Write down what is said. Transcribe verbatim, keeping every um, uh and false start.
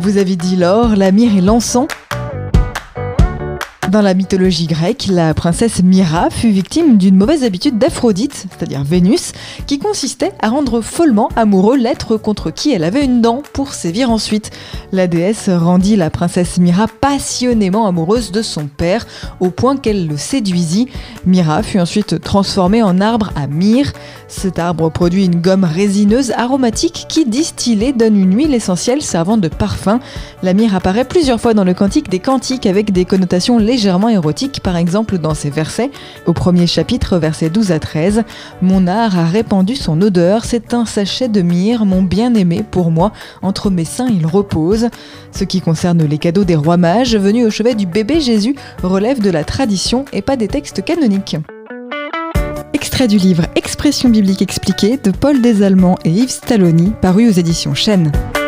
Vous avez dit l'or, la myrrhe et l'encens. Dans la mythologie grecque, la princesse Myrrha fut victime d'une mauvaise habitude d'Aphrodite, c'est-à-dire Vénus, qui consistait à rendre follement amoureux l'être contre qui elle avait une dent pour sévir ensuite. La déesse rendit la princesse Myrrha passionnément amoureuse de son père, au point qu'elle le séduisit. Myrrha fut ensuite transformée en arbre à myrrhe. Cet arbre produit une gomme résineuse aromatique qui, distillée, donne une huile essentielle servant de parfum. La myrrhe apparaît plusieurs fois dans le Cantique des Cantiques avec des connotations légèrement érotiques, par exemple dans ces versets. Au premier chapitre, versets douze à treize, « Mon art a répandu son odeur, c'est un sachet de myrrhe, mon bien-aimé pour moi, entre mes seins il repose ». Ce qui concerne les cadeaux des rois mages venus au chevet du bébé Jésus relève de la tradition et pas des textes canoniques. Extrait du livre Expression biblique expliquée de Paul Desallemands et Yves Stalloni, paru aux éditions Chênes.